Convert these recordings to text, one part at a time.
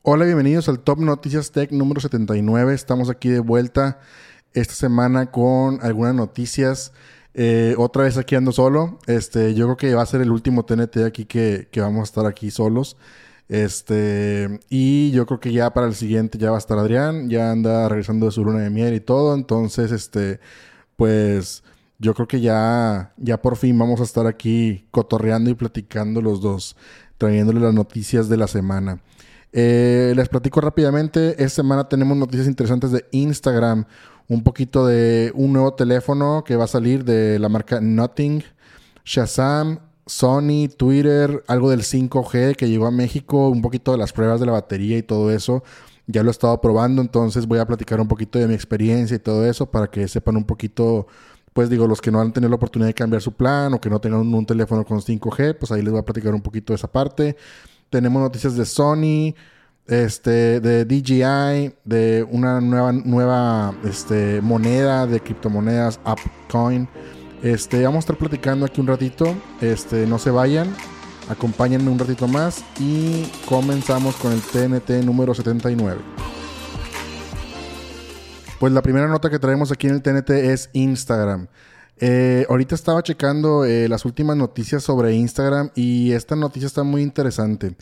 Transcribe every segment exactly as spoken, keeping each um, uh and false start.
Hola, bienvenidos al Top Noticias Tech número setenta y nueve. Estamos aquí de vuelta esta semana con algunas noticias. Eh, otra vez aquí ando solo. Este, yo creo que va a ser el último T N T aquí que, que vamos a estar aquí solos. Este, y yo creo que ya para el siguiente ya va a estar Adrián. Ya anda regresando de su luna de miel y todo. Entonces, este, pues yo creo que ya, ya por fin vamos a estar aquí cotorreando y platicando los dos, trayéndole las noticias de la semana. Eh, les platico rápidamente. Esta semana tenemos noticias interesantes de Instagram. Un poquito de un nuevo teléfono que va a salir de la marca Nothing. Shazam, Sony, Twitter, algo del cinco G que llegó a México. Un poquito de las pruebas de la batería y todo eso. Ya lo he estado probando, entonces voy a platicar un poquito de mi experiencia y todo eso para que sepan un poquito, pues digo, los que no han tenido la oportunidad de cambiar su plan o que no tengan un, un teléfono con cinco G, pues ahí les voy a platicar un poquito de esa parte. Tenemos noticias de Sony, este, de D J I, de una nueva, nueva este, moneda de criptomonedas, Upcoin. Este, vamos a estar platicando aquí un ratito. Este, no se vayan, acompáñenme un ratito más y comenzamos con el T N T número setenta y nueve. Pues la primera nota que traemos aquí en el T N T es Instagram. Eh, ahorita estaba checando eh, las últimas noticias sobre Instagram y esta noticia está muy interesante.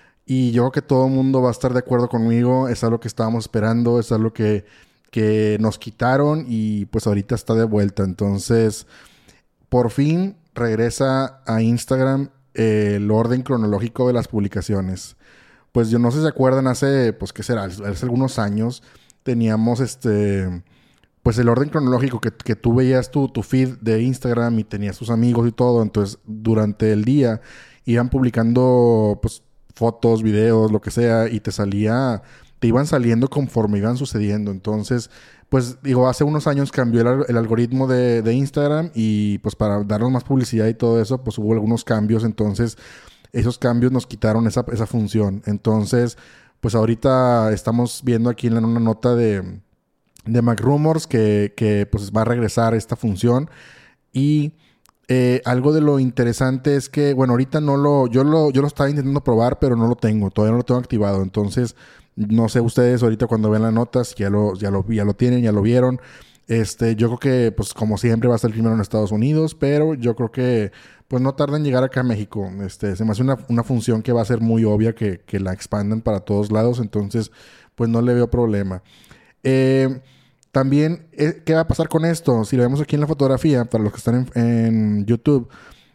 Y yo creo que todo el mundo va a estar de acuerdo conmigo. Es algo que estábamos esperando, es algo que, que nos quitaron y pues ahorita está de vuelta. Entonces, por fin regresa a Instagram eh, el orden cronológico de las publicaciones. Pues yo no sé si se acuerdan, hace, pues qué será, hace algunos años teníamos este... pues el orden cronológico que, que tú veías tu, tu feed de Instagram y tenías tus amigos y todo. Entonces, durante el día iban publicando pues fotos, videos, lo que sea, y te salía, te iban saliendo conforme iban sucediendo. Entonces, pues digo, hace unos años cambió el, el algoritmo de, de Instagram y pues para darnos más publicidad y todo eso, pues hubo algunos cambios. Entonces, esos cambios nos quitaron esa, esa función. Entonces, pues ahorita estamos viendo aquí en una nota de de MacRumors que, que pues va a regresar esta función. Y eh, algo de lo interesante es que, bueno, ahorita no lo, yo lo, yo lo estaba intentando probar, pero no lo tengo, todavía no lo tengo activado. Entonces, no sé ustedes ahorita cuando vean las notas, ya lo, ya lo, ya lo tienen, ya lo vieron. Este, yo creo que, pues como siempre, va a ser primero en Estados Unidos, pero yo creo que, pues no tarda en llegar acá a México. Este, se me hace una, una función que va a ser muy obvia que, que la expandan para todos lados, entonces, pues no le veo problema. Eh, También, eh, ¿qué va a pasar con esto? Si lo vemos aquí en la fotografía, para los que están en, en YouTube,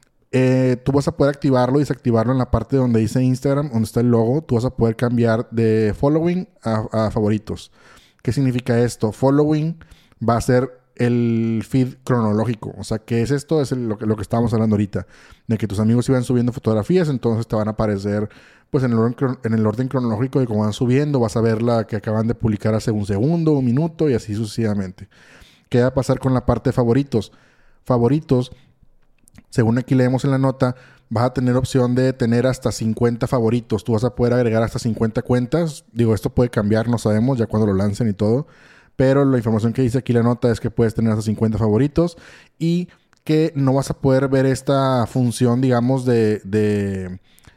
eh, tú vas a poder activarlo y desactivarlo en la parte donde dice Instagram, donde está el logo. Tú vas a poder cambiar de following a, a favoritos. ¿Qué significa esto? Following va a ser el feed cronológico. O sea, ¿qué es esto? Es el- lo que, lo que estábamos hablando ahorita. De que tus amigos iban subiendo fotografías, entonces te van a aparecer pues en el orden, cron- en el orden cronológico de cómo van subiendo. Vas a ver la que acaban de publicar hace un segundo, un minuto y así sucesivamente. ¿Qué va a pasar con la parte de favoritos? Favoritos, según aquí leemos en la nota, vas a tener opción de tener hasta cincuenta favoritos. Tú vas a poder agregar hasta cincuenta cuentas. Digo, esto puede cambiar, no sabemos, ya cuando lo lancen y todo. Pero la información que dice aquí la nota es que puedes tener hasta cincuenta favoritos y que no vas a poder ver esta función, digamos, de, de,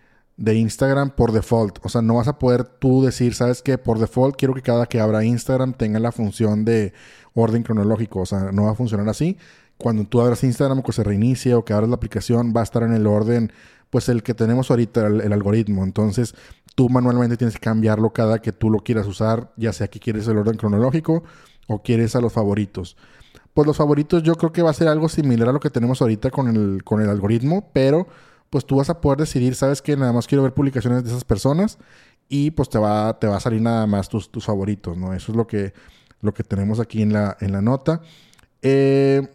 de Instagram por default. O sea, no vas a poder tú decir, ¿sabes qué? Por default quiero que cada que abra Instagram tenga la función de orden cronológico. O sea, no va a funcionar así. Cuando tú abras Instagram o que se reinicie o que abras la aplicación, va a estar en el orden, pues el que tenemos ahorita, el, el algoritmo. Entonces, tú manualmente tienes que cambiarlo cada que tú lo quieras usar, ya sea que quieres el orden cronológico o quieres a los favoritos. Pues los favoritos yo creo que va a ser algo similar a lo que tenemos ahorita con el, con el algoritmo, pero pues tú vas a poder decidir, sabes que nada más quiero ver publicaciones de esas personas y pues te va, te va a salir nada más tus, tus favoritos, ¿no? Eso es lo que, lo que tenemos aquí en la, en la nota. Eh,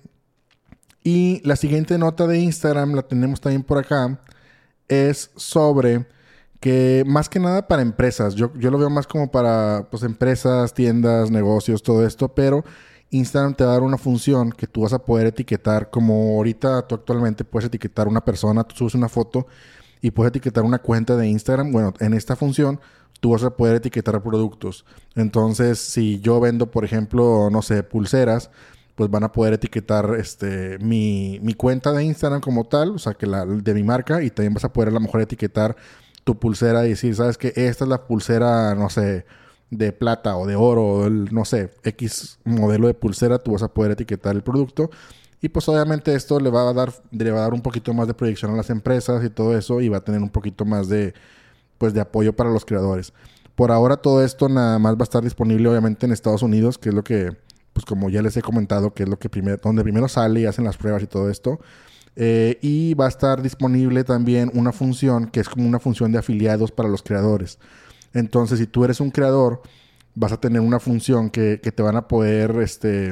y la siguiente nota de Instagram la tenemos también por acá. Es sobre que más que nada para empresas. Yo, yo lo veo más como para pues, empresas, tiendas, negocios, todo esto. Pero Instagram te va a dar una función que tú vas a poder etiquetar. Como ahorita tú actualmente puedes etiquetar a una persona. Tú subes una foto y puedes etiquetar una cuenta de Instagram. Bueno, en esta función tú vas a poder etiquetar productos. Entonces, si yo vendo, por ejemplo, no sé, pulseras, pues van a poder etiquetar este mi, mi cuenta de Instagram como tal, o sea, que la de mi marca, y también vas a poder a lo mejor etiquetar tu pulsera y decir, ¿sabes qué? Esta es la pulsera, no sé, de plata o de oro, o el, no sé, X modelo de pulsera, tú vas a poder etiquetar el producto. Y pues obviamente esto le va a dar, le va a dar un poquito más de proyección a las empresas y todo eso, y va a tener un poquito más de, pues, de apoyo para los creadores. Por ahora todo esto nada más va a estar disponible obviamente en Estados Unidos, que es lo que, pues como ya les he comentado, que es lo que primero, donde primero sale y hacen las pruebas y todo esto. Eh, y va a estar disponible también una función que es como una función de afiliados para los creadores. Entonces, si tú eres un creador, vas a tener una función que, que te van a poder, este...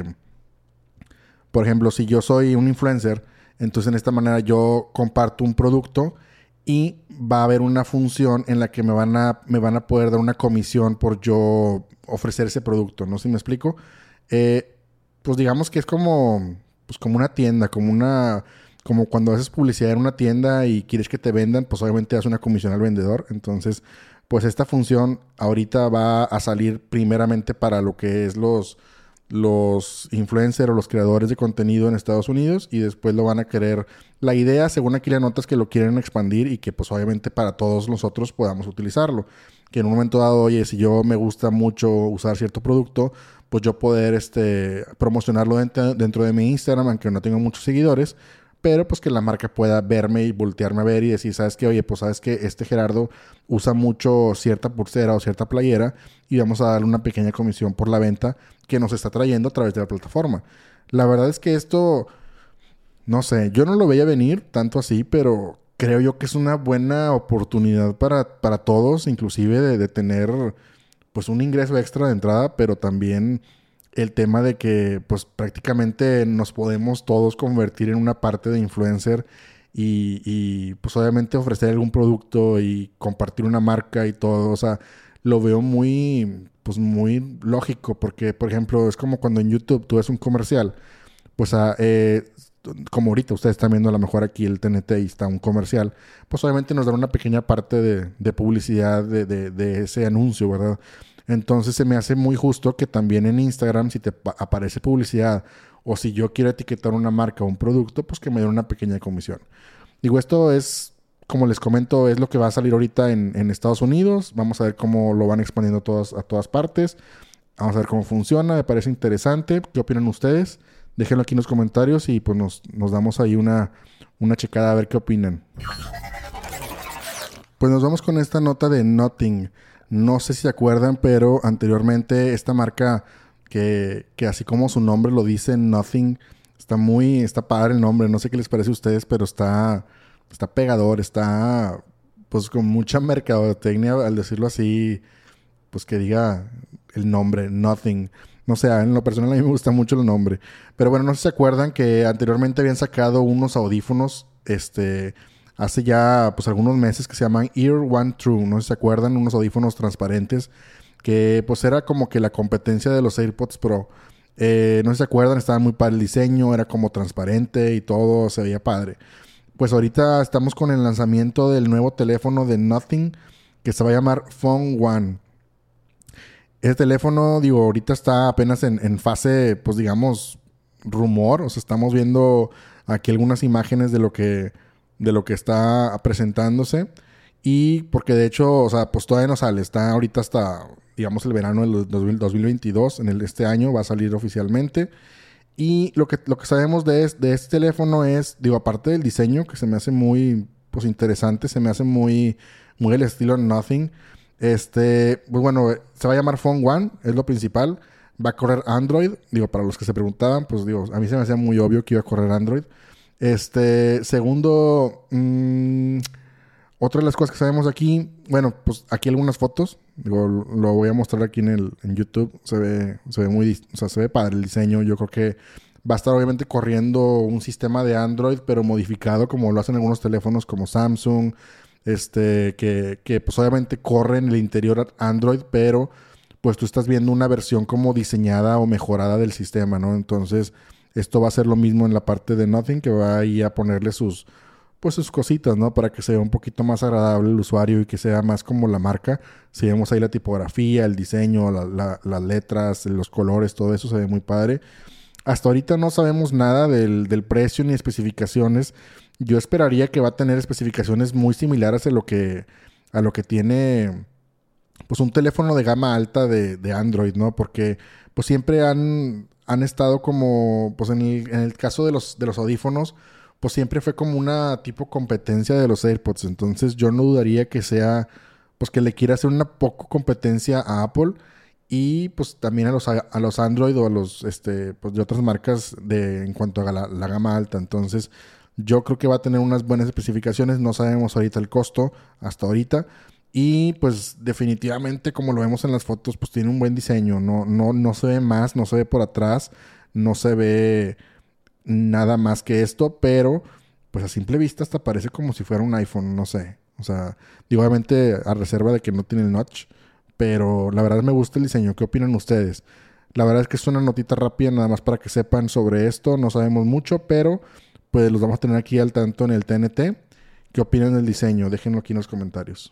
Por ejemplo, si yo soy un influencer, entonces en esta manera yo comparto un producto y va a haber una función en la que me van a, me van a poder dar una comisión por yo ofrecer ese producto, ¿no? ¿Sí me explico? Eh, pues digamos que es como, pues como una tienda, como una... Como cuando haces publicidad en una tienda y quieres que te vendan, pues obviamente das una comisión al vendedor. Entonces, pues esta función ahorita va a salir primeramente para lo que es los, los influencers o los creadores de contenido en Estados Unidos, y después lo van a querer. La idea, según aquí le notas, que lo quieren expandir y que pues obviamente para todos nosotros podamos utilizarlo. Que en un momento dado, oye, si yo me gusta mucho usar cierto producto, pues yo poder este, promocionarlo dentro, dentro de mi Instagram, aunque no tenga muchos seguidores, pero pues que la marca pueda verme y voltearme a ver y decir, ¿sabes qué? Oye, pues sabes que este Gerardo usa mucho cierta pulsera o cierta playera y vamos a darle una pequeña comisión por la venta que nos está trayendo a través de la plataforma. La verdad es que esto, no sé, yo no lo veía venir tanto así, pero creo yo que es una buena oportunidad para, para todos, inclusive de, de tener pues un ingreso extra de entrada, pero también el tema de que pues prácticamente nos podemos todos convertir en una parte de influencer y, y pues obviamente ofrecer algún producto y compartir una marca y todo. O sea, lo veo muy, pues muy lógico porque, por ejemplo, es como cuando en YouTube tú ves un comercial, pues a, eh, como ahorita ustedes están viendo a lo mejor aquí el T N T y está un comercial, pues obviamente nos dan una pequeña parte de, de publicidad de, de, de ese anuncio, ¿verdad? Entonces se me hace muy justo que también en Instagram, si te aparece publicidad o si yo quiero etiquetar una marca o un producto, pues que me den una pequeña comisión. Digo, esto es, como les comento, es lo que va a salir ahorita en, en Estados Unidos. Vamos a ver cómo lo van expandiendo todas, a todas partes. Vamos a ver cómo funciona. Me parece interesante. ¿Qué opinan ustedes? Déjenlo aquí en los comentarios y pues nos, nos damos ahí una, una checada a ver qué opinan. Pues nos vamos con esta nota de Nothing. No sé si se acuerdan, pero anteriormente esta marca que, que así como su nombre lo dice, Nothing, está muy, está padre el nombre. No sé qué les parece a ustedes, pero está, está pegador, está pues con mucha mercadotecnia al decirlo así, pues que diga el nombre, Nothing. No sé, en lo personal a mí me gusta mucho el nombre. Pero bueno, no sé si se acuerdan que anteriormente habían sacado unos audífonos, este... hace ya pues algunos meses que se llaman Ear One True, no sé si se acuerdan, unos audífonos transparentes que pues era como que la competencia de los AirPods Pro. Eh, no sé si se acuerdan, estaba muy padre el diseño, era como transparente y todo, se veía padre. Pues ahorita estamos con el lanzamiento del nuevo teléfono de Nothing que se va a llamar Phone One. Este teléfono, digo, ahorita está apenas en, en fase, pues digamos, rumor. O sea, estamos viendo aquí algunas imágenes de lo que... de lo que está presentándose, y porque de hecho, o sea, pues todavía no sale, está ahorita hasta, digamos, el verano del dos mil veintidós, en el, este año va a salir oficialmente, y lo que, lo que sabemos de, es, de este teléfono es, digo, aparte del diseño, que se me hace muy, pues interesante, se me hace muy, muy el estilo Nothing, este, pues bueno, se va a llamar Phone One, es lo principal, va a correr Android, digo, para los que se preguntaban, pues digo, a mí se me hacía muy obvio que iba a correr Android. Este, segundo, mmm, otra de las cosas que sabemos aquí, bueno, pues aquí algunas fotos, digo, lo voy a mostrar aquí en el en YouTube, se ve, se ve muy, o sea, se ve padre el diseño. Yo creo que va a estar obviamente corriendo un sistema de Android, pero modificado como lo hacen algunos teléfonos como Samsung, este, que, que pues obviamente corre en el interior Android, pero pues tú estás viendo una versión como diseñada o mejorada del sistema, ¿no? Entonces, esto va a ser lo mismo en la parte de Nothing, que va ahí a ponerle sus, pues sus cositas, ¿no? Para que sea un poquito más agradable el usuario y que sea más como la marca. Si vemos ahí la tipografía, el diseño, la, la, las letras, los colores, todo eso se ve muy padre. Hasta ahorita no sabemos nada del, del precio ni especificaciones. Yo esperaría que va a tener especificaciones muy similares a lo que, a lo que tiene pues un teléfono de gama alta de, de Android, ¿no? Porque pues siempre han, han estado como, pues en el, en el caso de los, de los audífonos, pues siempre fue como una tipo competencia de los AirPods. Entonces yo no dudaría que sea, pues que le quiera hacer una poco competencia a Apple y pues también a los, a, a los Android o a los, este, pues de otras marcas de, en cuanto a la, la gama alta. Entonces yo creo que va a tener unas buenas especificaciones. No sabemos ahorita el costo, hasta ahorita. Y pues definitivamente, como lo vemos en las fotos, pues tiene un buen diseño. No, no, no se ve más, no se ve por atrás, no se ve nada más que esto, pero pues a simple vista hasta parece como si fuera un iPhone, no sé. O sea, digo, obviamente a reserva de que no tiene el notch, pero la verdad me gusta el diseño. ¿Qué opinan ustedes? La verdad es que es una notita rápida nada más para que sepan sobre esto. No sabemos mucho, pero pues los vamos a tener aquí al tanto en el T N T. ¿Qué opinan del diseño? Déjenlo aquí en los comentarios.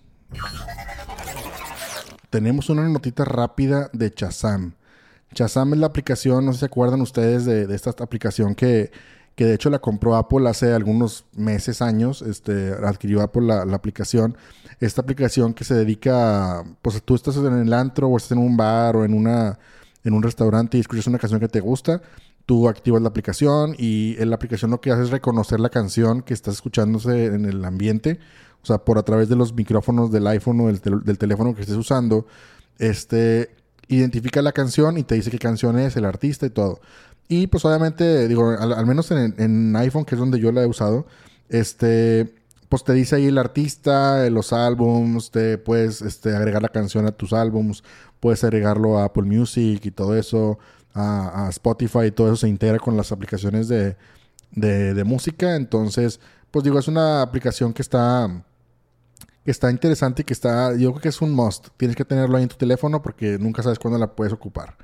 Tenemos una notita rápida de Shazam. Shazam es la aplicación, no sé si se acuerdan ustedes de, de esta aplicación que, que de hecho la compró Apple hace algunos meses, años. Este, adquirió Apple la, la aplicación. Esta aplicación que se dedica a, pues tú estás en el antro o estás en un bar o en, una, en un restaurante y escuchas una canción que te gusta. Tú activas la aplicación y en la aplicación lo que hace es reconocer la canción que estás escuchándose en el ambiente. O sea, por a través de los micrófonos del iPhone o del, tel- del teléfono que estés usando, este, identifica la canción y te dice qué canción es, el artista y todo. Y pues obviamente, digo, al, al menos en, en iPhone, que es donde yo la he usado, este, pues te dice ahí el artista, los álbums, te puedes este, agregar la canción a tus álbums, puedes agregarlo a Apple Music y todo eso, a, a Spotify y todo eso se integra con las aplicaciones de, de, de música. Entonces, pues digo, es una aplicación que está que está interesante y que está, yo creo que es un must. Tienes que tenerlo ahí en tu teléfono porque nunca sabes cuándo la puedes ocupar.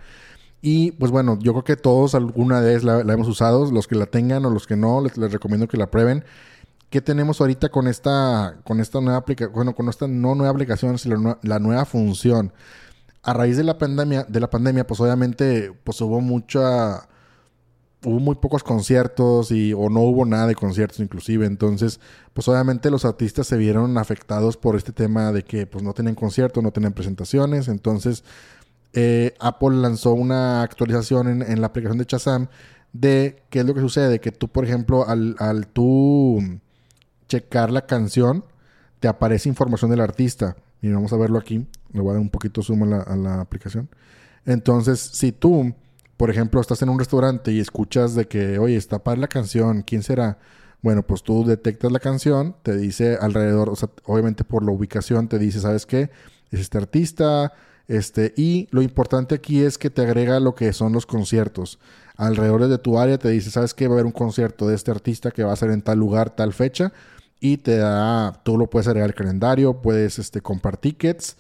Y pues bueno, yo creo que todos alguna vez la, la hemos usado. Los que la tengan o los que no, les, les recomiendo que la prueben. ¿Qué tenemos ahorita con esta, con esta nueva aplicación? Bueno, con esta no nueva aplicación, sino la, la nueva función. A raíz de la pandemia, de la pandemia, pues obviamente pues hubo mucha hubo muy pocos conciertos y o no hubo nada de conciertos inclusive. Entonces, pues obviamente los artistas se vieron afectados por este tema de que pues no tenían conciertos, no tenían presentaciones. Entonces, eh, Apple lanzó una actualización en, en la aplicación de Shazam de qué es lo que sucede. Que tú, por ejemplo, al, al tú checar la canción, te aparece información del artista. Y vamos a verlo aquí. Le voy a dar un poquito zoom a la, a la aplicación. Entonces, si tú por ejemplo, estás en un restaurante y escuchas de que, oye, está padre la canción, ¿quién será? Bueno, pues tú detectas la canción, te dice alrededor, o sea, obviamente por la ubicación te dice, ¿sabes qué? Es este artista, este, y lo importante aquí es que te agrega lo que son los conciertos. Alrededor de tu área te dice, ¿sabes qué? Va a haber un concierto de este artista que va a ser en tal lugar, tal fecha, y te da, tú lo puedes agregar al calendario, puedes, este, comprar tickets,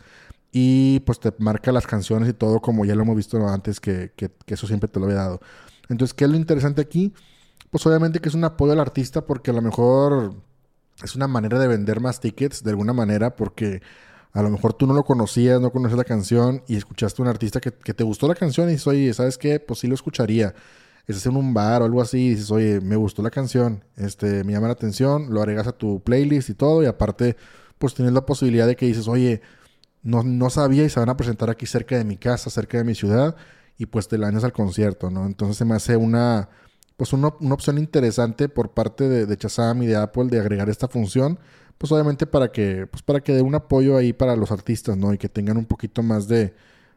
y pues te marca las canciones y todo como ya lo hemos visto antes que, que, que eso siempre te lo había dado. Entonces, ¿qué es lo interesante aquí? Pues obviamente que es un apoyo al artista porque a lo mejor es una manera de vender más tickets de alguna manera porque a lo mejor tú no lo conocías, no conoces la canción y escuchaste a un artista que, que te gustó la canción y dices, oye, ¿sabes qué? Pues sí lo escucharía. Estás en un bar o algo así y dices, oye, me gustó la canción, este, me llama la atención, lo agregas a tu playlist y todo y aparte pues tienes la posibilidad de que dices, oye, no, no sabía y se van a presentar aquí cerca de mi casa, cerca de mi ciudad, y pues te lanzas al concierto, ¿no? Entonces se me hace una, pues una, una opción interesante por parte de, de Shazam y de Apple de agregar esta función, pues obviamente para que, pues para que dé un apoyo ahí para los artistas, ¿no? Y que tengan un poquito más de,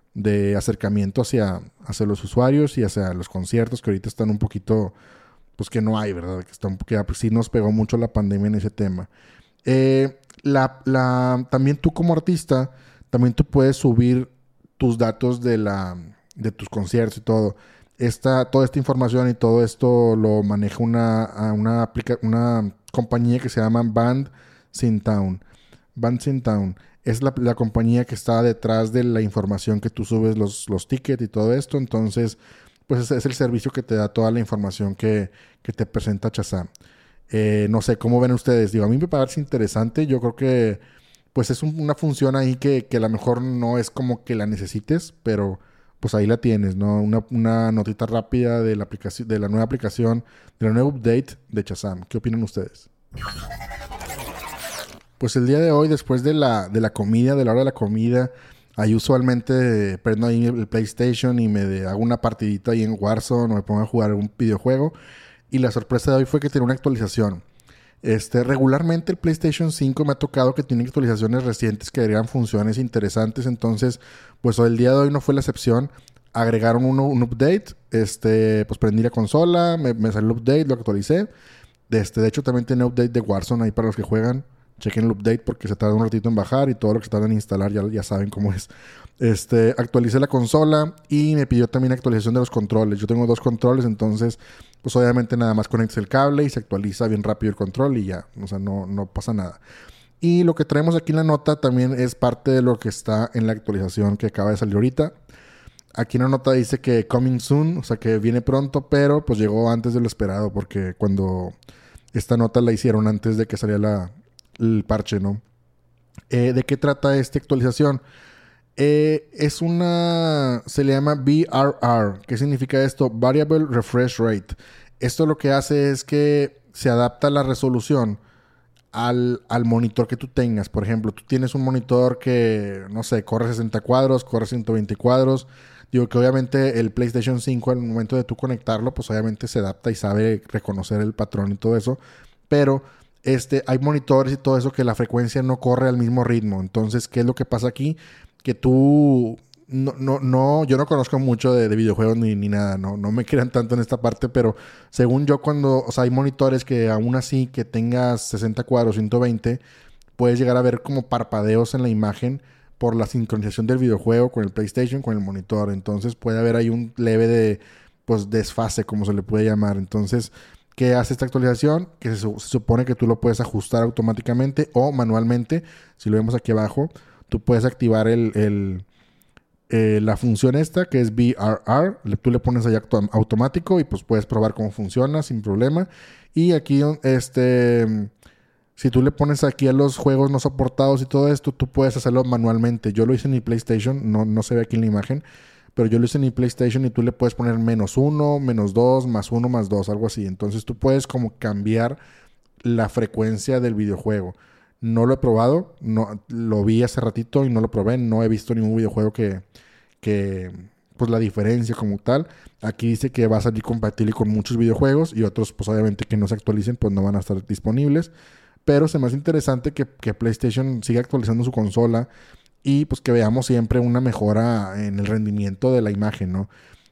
de acercamiento hacia, hacia los usuarios y hacia los conciertos que ahorita están un poquito, pues que no hay, ¿verdad? Que, están, que sí nos pegó mucho la pandemia en ese tema. Eh, la, la, también tú como artista también tú puedes subir tus datos de la de tus conciertos y todo. Esta, toda esta información y todo esto lo maneja una, una, aplica, una compañía que se llama Band Town. Band Town es la, la compañía que está detrás de la información que tú subes los, los tickets y todo esto. Entonces, pues es, es el servicio que te da toda la información que, que te presenta Shazam. Eh, no sé, ¿cómo ven ustedes? Digo, a mí me parece interesante. Yo creo que pues es un- una función ahí que, que a lo mejor no es como que la necesites, pero pues ahí la tienes, ¿no? Una, una notita rápida de la aplicación, de la nueva aplicación, de la nueva update de Shazam. ¿Qué opinan ustedes? Pues el día de hoy, después de la, de la comida, de la hora de la comida, ahí usualmente prendo ahí el PlayStation y me de- hago una partidita ahí en Warzone o me pongo a jugar un videojuego. Y la sorpresa de hoy fue que tiene una actualización. Este, regularmente el PlayStation cinco me ha tocado que tiene actualizaciones recientes que agregan funciones interesantes. Entonces, pues hoy, el día de hoy no fue la excepción. Agregaron uno, un update. Este, pues prendí la consola, me, me salió el update, lo actualicé. Este, de hecho, también tiene update de Warzone ahí para los que juegan. Chequen el update porque se tarda un ratito en bajar y todo lo que se tarda en instalar ya, ya saben cómo es. Este, actualicé la consola y me pidió también actualización de los controles. Yo tengo dos controles, entonces, pues obviamente nada más conectas el cable y se actualiza bien rápido el control y ya. O sea, no, no pasa nada. Y lo que traemos aquí en la nota también es parte de lo que está en la actualización que acaba de salir ahorita. Aquí en la nota dice que coming soon, o sea que viene pronto, pero pues llegó antes de lo esperado porque cuando esta nota la hicieron antes de que saliera la, el parche, ¿no? Eh, ¿De qué trata esta actualización? Eh, es una... Se le llama V R R. ¿Qué significa esto? Variable Refresh Rate. Esto lo que hace es que se adapta la resolución al, al monitor que tú tengas. Por ejemplo, tú tienes un monitor que, no sé, corre sesenta cuadros, corre ciento veinte cuadros. Digo que obviamente el PlayStation cinco al momento de tú conectarlo, pues obviamente se adapta y sabe reconocer el patrón y todo eso. Pero este, hay monitores y todo eso que la frecuencia no corre al mismo ritmo. Entonces, ¿qué es lo que pasa aquí? Que tú... No, no, no, yo no conozco mucho de, de videojuegos ni, ni nada, no, no me crean tanto en esta parte, pero según yo cuando, o sea, hay monitores que aún así que tengas sesenta cuadros, ciento veinte, puedes llegar a ver como parpadeos en la imagen por la sincronización del videojuego con el PlayStation, con el monitor. Entonces puede haber ahí un leve de, pues, desfase, como se le puede llamar. Entonces, ¿qué hace esta actualización? Que se, su- se supone que tú lo puedes ajustar automáticamente o manualmente. Si lo vemos aquí abajo, tú puedes activar el, el, eh, la función esta que es V R R. Le- Tú le pones ahí actu- automático y pues puedes probar cómo funciona sin problema. Y aquí, este... Si tú le pones aquí a los juegos no soportados y todo esto, tú puedes hacerlo manualmente. Yo lo hice en mi PlayStation, no, no se ve aquí en la imagen, pero yo lo hice en mi PlayStation y tú le puedes poner menos uno, menos dos, más uno, más dos, algo así. Entonces tú puedes como cambiar la frecuencia del videojuego. No lo he probado, no, lo vi hace ratito y no lo probé. No he visto ningún videojuego que, que, pues la diferencia como tal. Aquí dice que va a salir compatible con muchos videojuegos y otros, pues obviamente que no se actualicen, pues no van a estar disponibles. Pero se me hace interesante que, que PlayStation siga actualizando su consola y pues que veamos siempre una mejora en el rendimiento de la imagen, ¿no?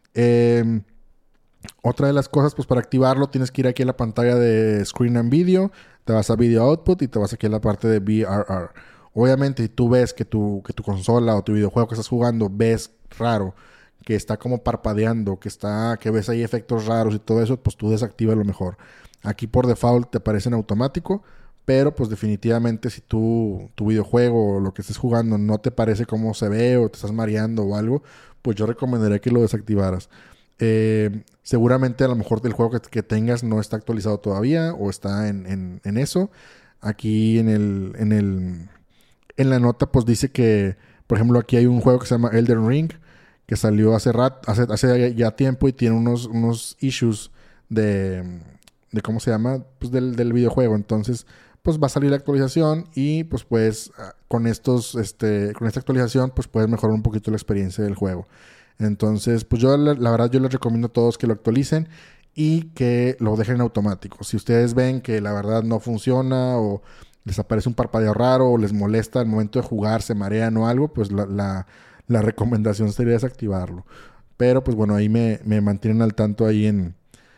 Eh, Otra de las cosas, pues para activarlo tienes que ir aquí a la pantalla de Screen and Video, te vas a Video Output y te vas aquí a la parte de V R R. Obviamente, si tú ves que tu, que tu consola o tu videojuego que estás jugando ves raro, que está como parpadeando, que está, que ves ahí efectos raros y todo eso, pues tú desactiva lo mejor. Aquí por default te aparece en automático, pero pues definitivamente si tú, tu videojuego o lo que estés jugando no te parece cómo se ve o te estás mareando o algo, pues yo recomendaría que lo desactivaras. Eh, seguramente a lo mejor el juego que, que tengas no está actualizado todavía o está en, en, en eso. Aquí en el, en el en la nota pues dice que, por ejemplo, aquí hay un juego que se llama Elden Ring que salió hace rat, hace, hace ya tiempo y tiene unos, unos issues de, de ¿cómo se llama? Pues del, del videojuego. Entonces, pues va a salir la actualización y pues pues con estos, este, con esta actualización pues puedes mejorar un poquito la experiencia del juego. Entonces, pues yo la, la verdad yo les recomiendo a todos que lo actualicen y que lo dejen en automático. Si ustedes ven que la verdad no funciona o les aparece un parpadeo raro o les molesta al momento de jugar, se marean o algo, pues la, la, la recomendación sería desactivarlo. Pero pues bueno, ahí me, me mantienen al tanto ahí en,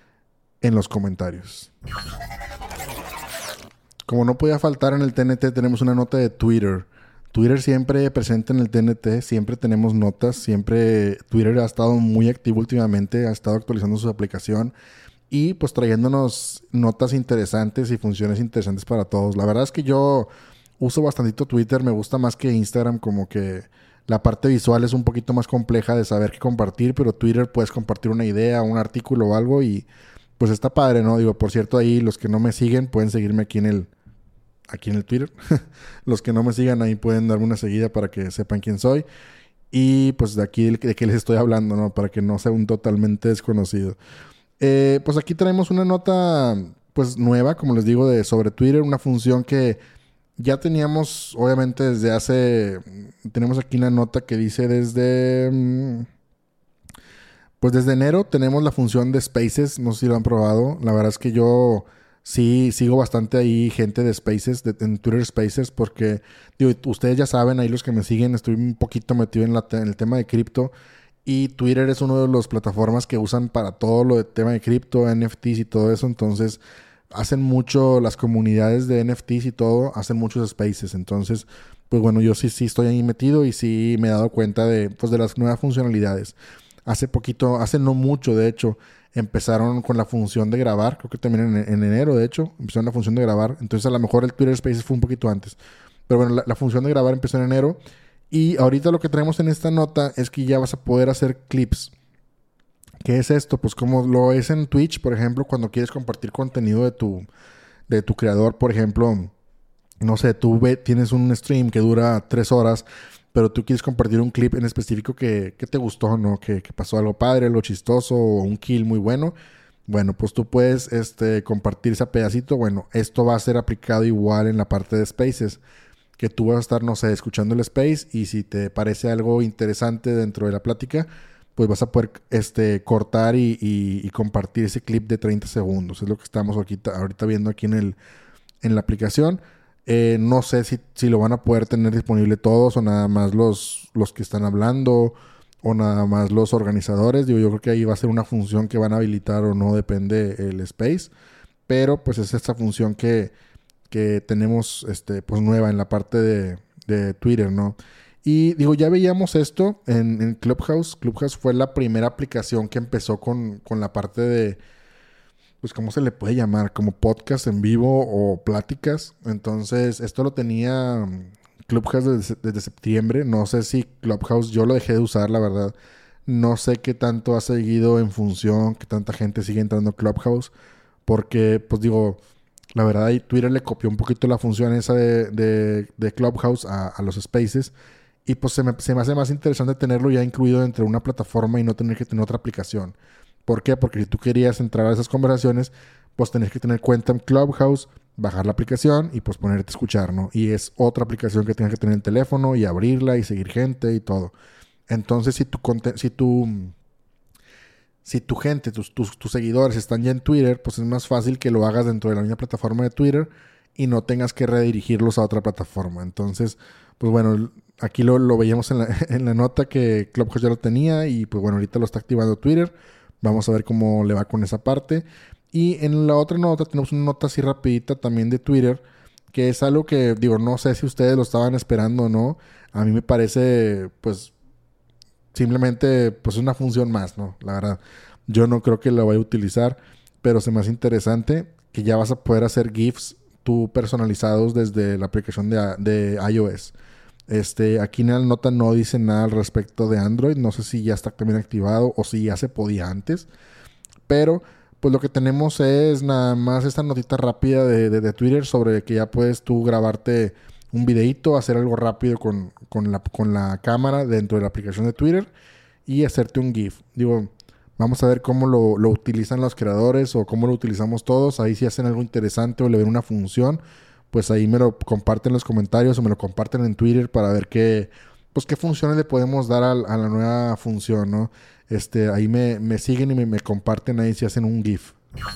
en los comentarios. Como no podía faltar en el T N T, tenemos una nota de Twitter. Twitter siempre presente en el T N T, siempre tenemos notas, siempre Twitter ha estado muy activo últimamente, ha estado actualizando su aplicación y pues trayéndonos notas interesantes y funciones interesantes para todos. La verdad es que yo uso bastantito Twitter, me gusta más que Instagram, como que la parte visual es un poquito más compleja de saber qué compartir, pero Twitter puedes compartir una idea, un artículo o algo y pues está padre, ¿no? Digo, por cierto, ahí los que no me siguen pueden seguirme aquí en el aquí en el Twitter. Los que no me sigan ahí pueden darme una seguida para que sepan quién soy. Y pues de aquí de qué les estoy hablando, ¿no? Para que no sea un totalmente desconocido. Eh, pues aquí tenemos una nota pues nueva, como les digo, de sobre Twitter. Una función que ya teníamos, obviamente, desde hace... Tenemos aquí una nota que dice desde... mm, Pues desde enero tenemos la función de Spaces, no sé si lo han probado. La verdad es que yo sí sigo bastante ahí gente de Spaces, de, en Twitter Spaces, porque digo, ustedes ya saben, ahí los que me siguen, estoy un poquito metido en, la te- en el tema de cripto. Y Twitter es una de las plataformas que usan para todo lo de tema de cripto, N F Ts y todo eso. Entonces, hacen mucho, las comunidades de N F Ts y todo, hacen muchos spaces. Entonces, pues bueno, yo sí, sí estoy ahí metido y sí me he dado cuenta de, pues, de las nuevas funcionalidades. Hace poquito, hace no mucho, de hecho, empezaron con la función de grabar. Creo que también en, en enero, de hecho, empezaron la función de grabar. Entonces, a lo mejor el Twitter Spaces fue un poquito antes. Pero bueno, la, la función de grabar empezó en enero. Y ahorita lo que tenemos en esta nota es que ya vas a poder hacer clips. ¿Qué es esto? Pues como lo es en Twitch, por ejemplo, cuando quieres compartir contenido de tu, de tu creador, por ejemplo, no sé, tú ve- tienes un stream que dura tres horas, pero tú quieres compartir un clip en específico que, que te gustó, ¿no? Que, que pasó algo padre, algo chistoso o un kill muy bueno. Bueno, pues tú puedes este, compartir ese pedacito. Bueno, esto va a ser aplicado igual en la parte de Spaces, que tú vas a estar, no sé, escuchando el space y si te parece algo interesante dentro de la plática, pues vas a poder este, cortar y, y- y compartir ese clip de treinta segundos. Es lo que estamos ahorita, ahorita viendo aquí en, el, en la aplicación. Eh, no sé si, si lo van a poder tener disponible todos o nada más los, los que están hablando o nada más los organizadores. Digo, yo creo que ahí va a ser una función que van a habilitar o no, depende el space. Pero pues es esta función que que tenemos este, pues nueva en la parte de, de Twitter, ¿no? Y digo, ya veíamos esto en, en Clubhouse. Clubhouse fue la primera aplicación que empezó con, con la parte de, pues, ¿cómo se le puede llamar? Como podcast en vivo o pláticas. Entonces, esto lo tenía mm, Clubhouse desde, desde septiembre. No sé si Clubhouse, yo lo dejé de usar, la verdad. No sé qué tanto ha seguido en función, qué tanta gente sigue entrando a Clubhouse. Porque, pues digo, la verdad, ahí Twitter le copió un poquito la función esa de, de- de Clubhouse a, a los Spaces. Y pues se me, se me hace más interesante tenerlo ya incluido dentro de una plataforma y no tener que tener otra aplicación. ¿Por qué? Porque si tú querías entrar a esas conversaciones, pues tenés que tener cuenta en Clubhouse, bajar la aplicación y pues ponerte a escuchar, ¿no? Y es otra aplicación que tienes que tener en el teléfono y abrirla y seguir gente y todo. Entonces, si tu, conte- si tu si tu gente, tus, tus, tus seguidores están ya en Twitter, pues es más fácil que lo hagas dentro de la misma plataforma de Twitter y no tengas que redirigirlos a otra plataforma. Entonces, pues bueno, aquí lo, lo veíamos en la, en la nota que Clubhouse ya lo tenía y pues bueno, ahorita lo está activando Twitter. Vamos a ver cómo le va con esa parte. Y en la otra nota tenemos una nota así rapidita también de Twitter, que es algo que digo, no sé si ustedes lo estaban esperando o no. A mí me parece, pues, simplemente pues es una función más, ¿no? La verdad, yo no creo que la vaya a utilizar, pero se me hace interesante que ya vas a poder hacer GIFs tú personalizados desde la aplicación de, a- de iOS. Este, aquí en la nota no dice nada al respecto de Android, no sé si ya está también activado o si ya se podía antes, pero pues lo que tenemos es nada más esta notita rápida de, de- de Twitter sobre que ya puedes tú grabarte un videíto, hacer algo rápido con, con la, con la cámara dentro de la aplicación de Twitter y hacerte un GIF. Digo, vamos a ver cómo lo, lo utilizan los creadores o cómo lo utilizamos todos. Ahí si hacen algo interesante o le ven una función, pues ahí me lo comparten en los comentarios o me lo comparten en Twitter para ver qué, pues qué funciones le podemos dar al- a, la nueva función, ¿no? Este, ahí me, me siguen y me, me comparten ahí si hacen un GIF.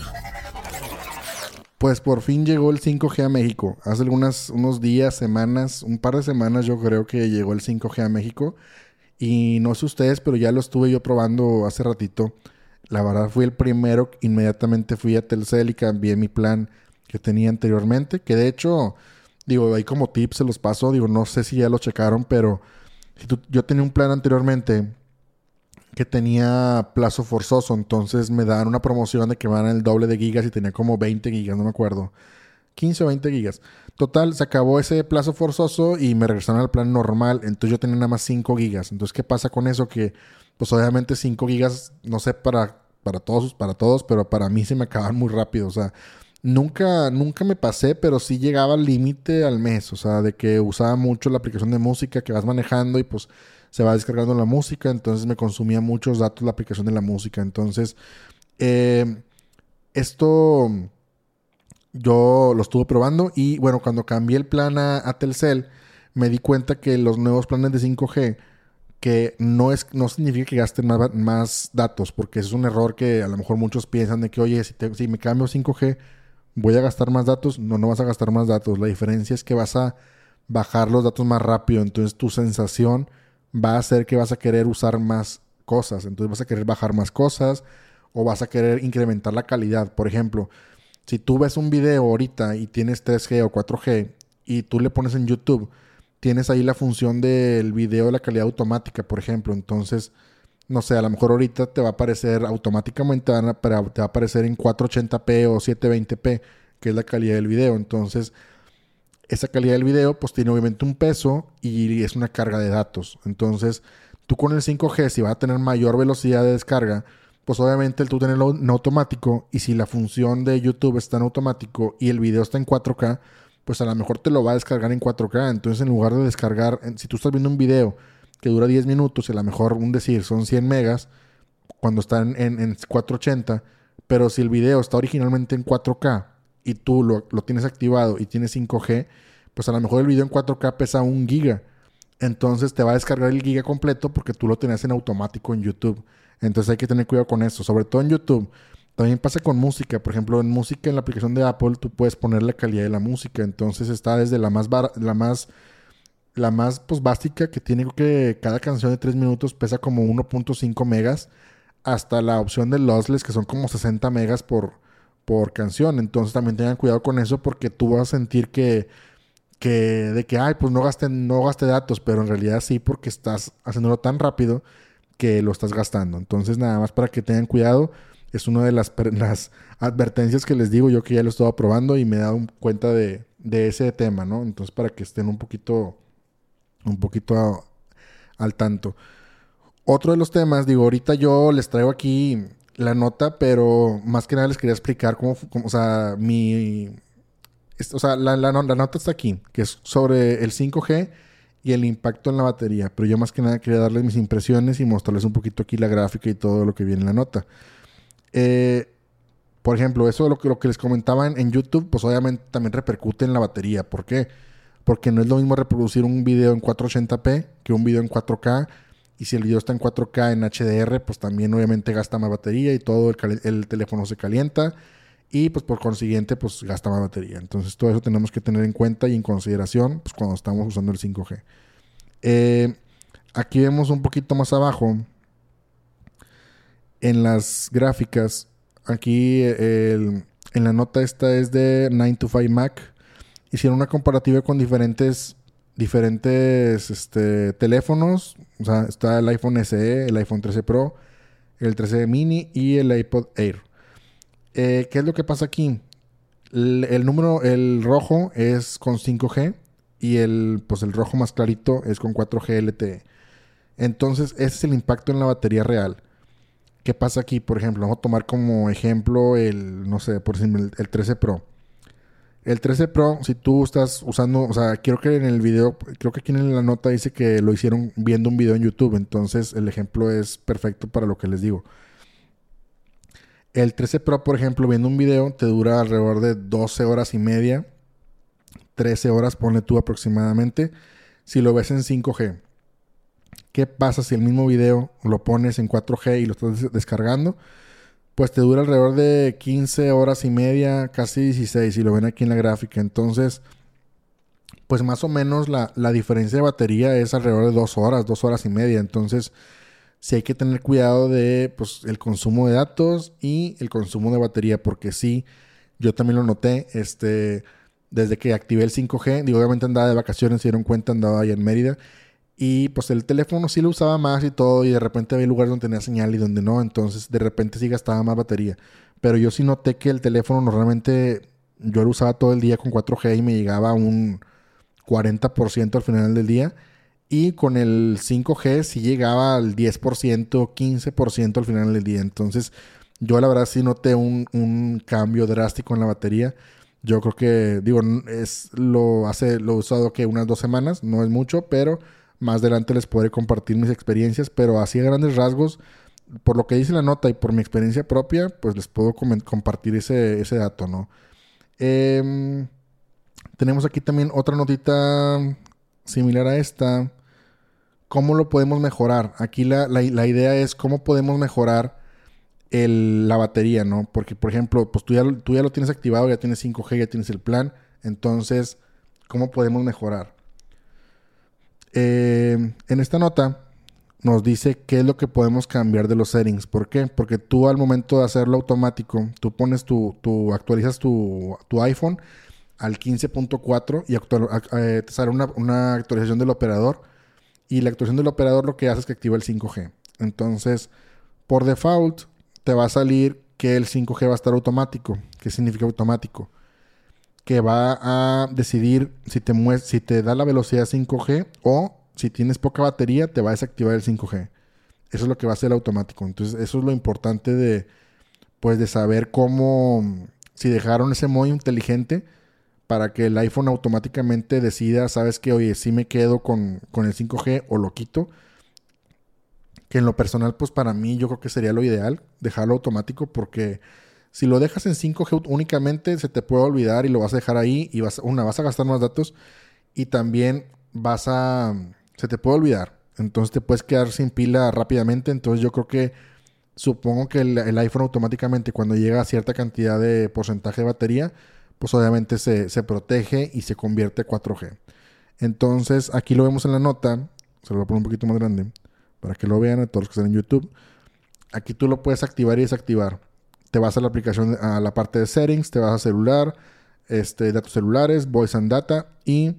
Pues por fin llegó el cinco G a México. Hace algunas, unos días, semanas, un par de semanas yo creo que llegó el cinco G a México. Y no sé ustedes, pero ya lo estuve yo probando hace ratito. La verdad fui el primero, inmediatamente fui a Telcel y cambié mi plan que tenía anteriormente. Que de hecho, digo, ahí como tips se los paso. Digo, no sé si ya lo checaron, pero si tú- yo tenía un plan anteriormente que tenía plazo forzoso. Entonces me daban una promoción de que me daban el doble de gigas y tenía como veinte gigas, no me acuerdo. quince o veinte gigas. Total, se acabó ese plazo forzoso y me regresaron al plan normal. Entonces yo tenía nada más cinco gigas. Entonces, ¿qué pasa con eso? Que, pues obviamente cinco gigas, no sé para, para todos, para todos, pero para mí se me acaban muy rápido. O sea, nunca, nunca me pasé, pero sí llegaba al límite al mes. O sea, de que usaba mucho la aplicación de música que vas manejando y pues se va descargando la música. Entonces me consumía muchos datos la aplicación de la música. Entonces, eh, esto yo lo estuve probando y bueno, cuando cambié el plan a, a Telcel, me di cuenta que los nuevos planes de cinco G, que no es no significa que gasten más, más datos, porque ese es un error que a lo mejor muchos piensan de que, oye, si, te- si me cambio a cinco G, voy a gastar más datos. No, no vas a gastar más datos. La diferencia es que vas a bajar los datos más rápido. Entonces tu sensación va a ser que vas a querer usar más cosas. Entonces vas a querer bajar más cosas o vas a querer incrementar la calidad. Por ejemplo, si tú ves un video ahorita y tienes tres G o cuatro G y tú le pones en YouTube, tienes ahí la función del video de la calidad automática, por ejemplo. Entonces, no sé, a lo mejor ahorita te va a aparecer automáticamente, van a- para- te va a aparecer en cuatrocientos ochenta p o setecientos veinte p, que es la calidad del video. Entonces, esa calidad del video, pues tiene obviamente un peso y es una carga de datos. Entonces, tú con el cinco G, si vas a tener mayor velocidad de descarga, pues obviamente el tú tenerlo en automático, y si la función de YouTube está en automático y el video está en cuatro K, pues a lo mejor te lo va a descargar en cuatro K. Entonces, en lugar de descargar, en- si tú estás viendo un video que dura diez minutos y a lo mejor, un decir, son cien megas, cuando está en, en, en cuatrocientos ochenta, pero si el video está originalmente en cuatro K y tú lo, lo tienes activado y tienes cinco G, pues a lo mejor el video en cuatro K pesa un giga. Entonces te va a descargar el giga completo porque tú lo tenías en automático en YouTube. Entonces hay que tener cuidado con eso, sobre todo en YouTube. También pasa con música. Por ejemplo, en música, en la aplicación de Apple, tú puedes poner la calidad de la música. Entonces está desde la más, bar- la más la más pues básica, que tiene, creo que cada canción de tres minutos pesa como uno punto cinco megas, hasta la opción de lossless, que son como sesenta megas por, por canción. Entonces también tengan cuidado con eso, porque tú vas a sentir que, que de que, ay, pues no gasté, no gasté datos, pero en realidad sí, porque estás haciéndolo tan rápido que lo estás gastando. Entonces, nada más para que tengan cuidado. Es una de las, per- las advertencias que les digo yo, que ya lo he estado probando y me he dado cuenta de, de ese tema, ¿no? Entonces, para que estén un poquito un poquito a- al tanto. Otro de los temas, digo, ahorita yo les traigo aquí la nota, pero más que nada les quería explicar cómo, fu- cómo, o sea, mi, es- o sea, la, la no- la nota está aquí, que es sobre el cinco G y el impacto en la batería, pero yo más que nada quería darles mis impresiones y mostrarles un poquito aquí la gráfica y todo lo que viene en la nota. Eh, por ejemplo, eso lo que, lo que les comentaba en, en YouTube, pues obviamente también repercute en la batería. ¿Por qué? Porque no es lo mismo reproducir un video en cuatrocientos ochenta p que un video en cuatro K. Y si el video está en cuatro K en H D R, pues también obviamente gasta más batería y todo el, cali- el teléfono se calienta. Y pues por consiguiente, pues gasta más batería. Entonces todo eso tenemos que tener en cuenta y en consideración, pues cuando estamos usando el cinco G. Eh, Aquí vemos un poquito más abajo en las gráficas. Aquí eh, el- en la nota esta es de nine to five Mac. Hicieron una comparativa con diferentes, diferentes este, teléfonos. O sea, está el iPhone S E, el iPhone trece Pro, el trece mini y el iPod Air. Eh, ¿qué es lo que pasa aquí? El, el número, el rojo es con cinco G y el, pues el rojo más clarito es con cuatro G L T E. Entonces, ese es el impacto en la batería real. ¿Qué pasa aquí? Por ejemplo, vamos a tomar como ejemplo el, no sé, por ejemplo, el, el trece Pro. El trece Pro, si tú estás usando, o sea, creo que en el video, creo que aquí en la nota dice que lo hicieron viendo un video en YouTube, entonces el ejemplo es perfecto para lo que les digo. El trece Pro, por ejemplo, viendo un video, te dura alrededor de doce horas y media, trece horas, ponle tú aproximadamente, si lo ves en cinco G. ¿Qué pasa si el mismo video lo pones en cuatro G y lo estás des- descargando? Pues te dura alrededor de quince horas y media, casi dieciséis, si lo ven aquí en la gráfica. Entonces, pues más o menos la, la diferencia de batería es alrededor de dos horas, dos horas y media. Entonces, sí hay que tener cuidado de pues, el consumo de datos y el consumo de batería, porque sí, yo también lo noté, este, desde que activé el cinco G, digo, obviamente andaba de vacaciones, se dieron cuenta, andaba ahí en Mérida, y pues el teléfono sí lo usaba más y todo, y de repente había lugares donde tenía señal y donde no, entonces de repente sí gastaba más batería. Pero yo sí noté que el teléfono normalmente yo lo usaba todo el día con cuatro G y me llegaba a un cuarenta por ciento al final del día. Y con el cinco G sí llegaba al diez por ciento, quince por ciento al final del día. Entonces yo la verdad sí noté un, un cambio drástico en la batería. Yo creo que, digo, n- es lo hace, lo he usado que unas dos semanas, no es mucho, pero más adelante les podré compartir mis experiencias. Pero así a grandes rasgos, por lo que dice la nota y por mi experiencia propia, pues les puedo comen- compartir ese, ese dato, ¿no? Eh, tenemos aquí también otra notita similar a esta. ¿Cómo lo podemos mejorar? Aquí la, la, la idea es cómo podemos mejorar el, la batería, ¿no? Porque, por ejemplo, pues tú ya, tú ya lo tienes activado, ya tienes cinco G, ya tienes el plan. Entonces, ¿cómo podemos mejorar? Eh, en esta nota nos dice qué es lo que podemos cambiar de los settings. ¿Por qué? Porque tú al momento de hacerlo automático, tú pones tu, tu actualizas tu, tu iPhone al quince punto cuatro y actual, eh, te sale una, una actualización del operador. Y la actualización del operador lo que hace es que activa el cinco G. Entonces, por default, te va a salir que el cinco G va a estar automático. ¿Qué significa automático? Que va a decidir si te, mue- si te da la velocidad cinco G o si tienes poca batería, te va a desactivar el cinco G. Eso es lo que va a hacer automático. Entonces, eso es lo importante de, pues, de saber cómo, si dejaron ese modo inteligente para que el iPhone automáticamente decida, sabes que, oye, sí me quedo con, con el cinco G o lo quito. Que en lo personal, pues para mí yo creo que sería lo ideal dejarlo automático porque si lo dejas en cinco G únicamente se te puede olvidar y lo vas a dejar ahí y vas, una, vas a gastar más datos y también vas a, se te puede olvidar. Entonces te puedes quedar sin pila rápidamente. Entonces yo creo que, supongo que el, el iPhone automáticamente cuando llega a cierta cantidad de porcentaje de batería, pues obviamente se, se protege y se convierte a cuatro G. Entonces aquí lo vemos en la nota, se lo voy a poner un poquito más grande para que lo vean a todos los que están en YouTube. Aquí tú lo puedes activar y desactivar. Te vas a la aplicación, a la parte de settings, te vas a celular, este, datos celulares, voice and data y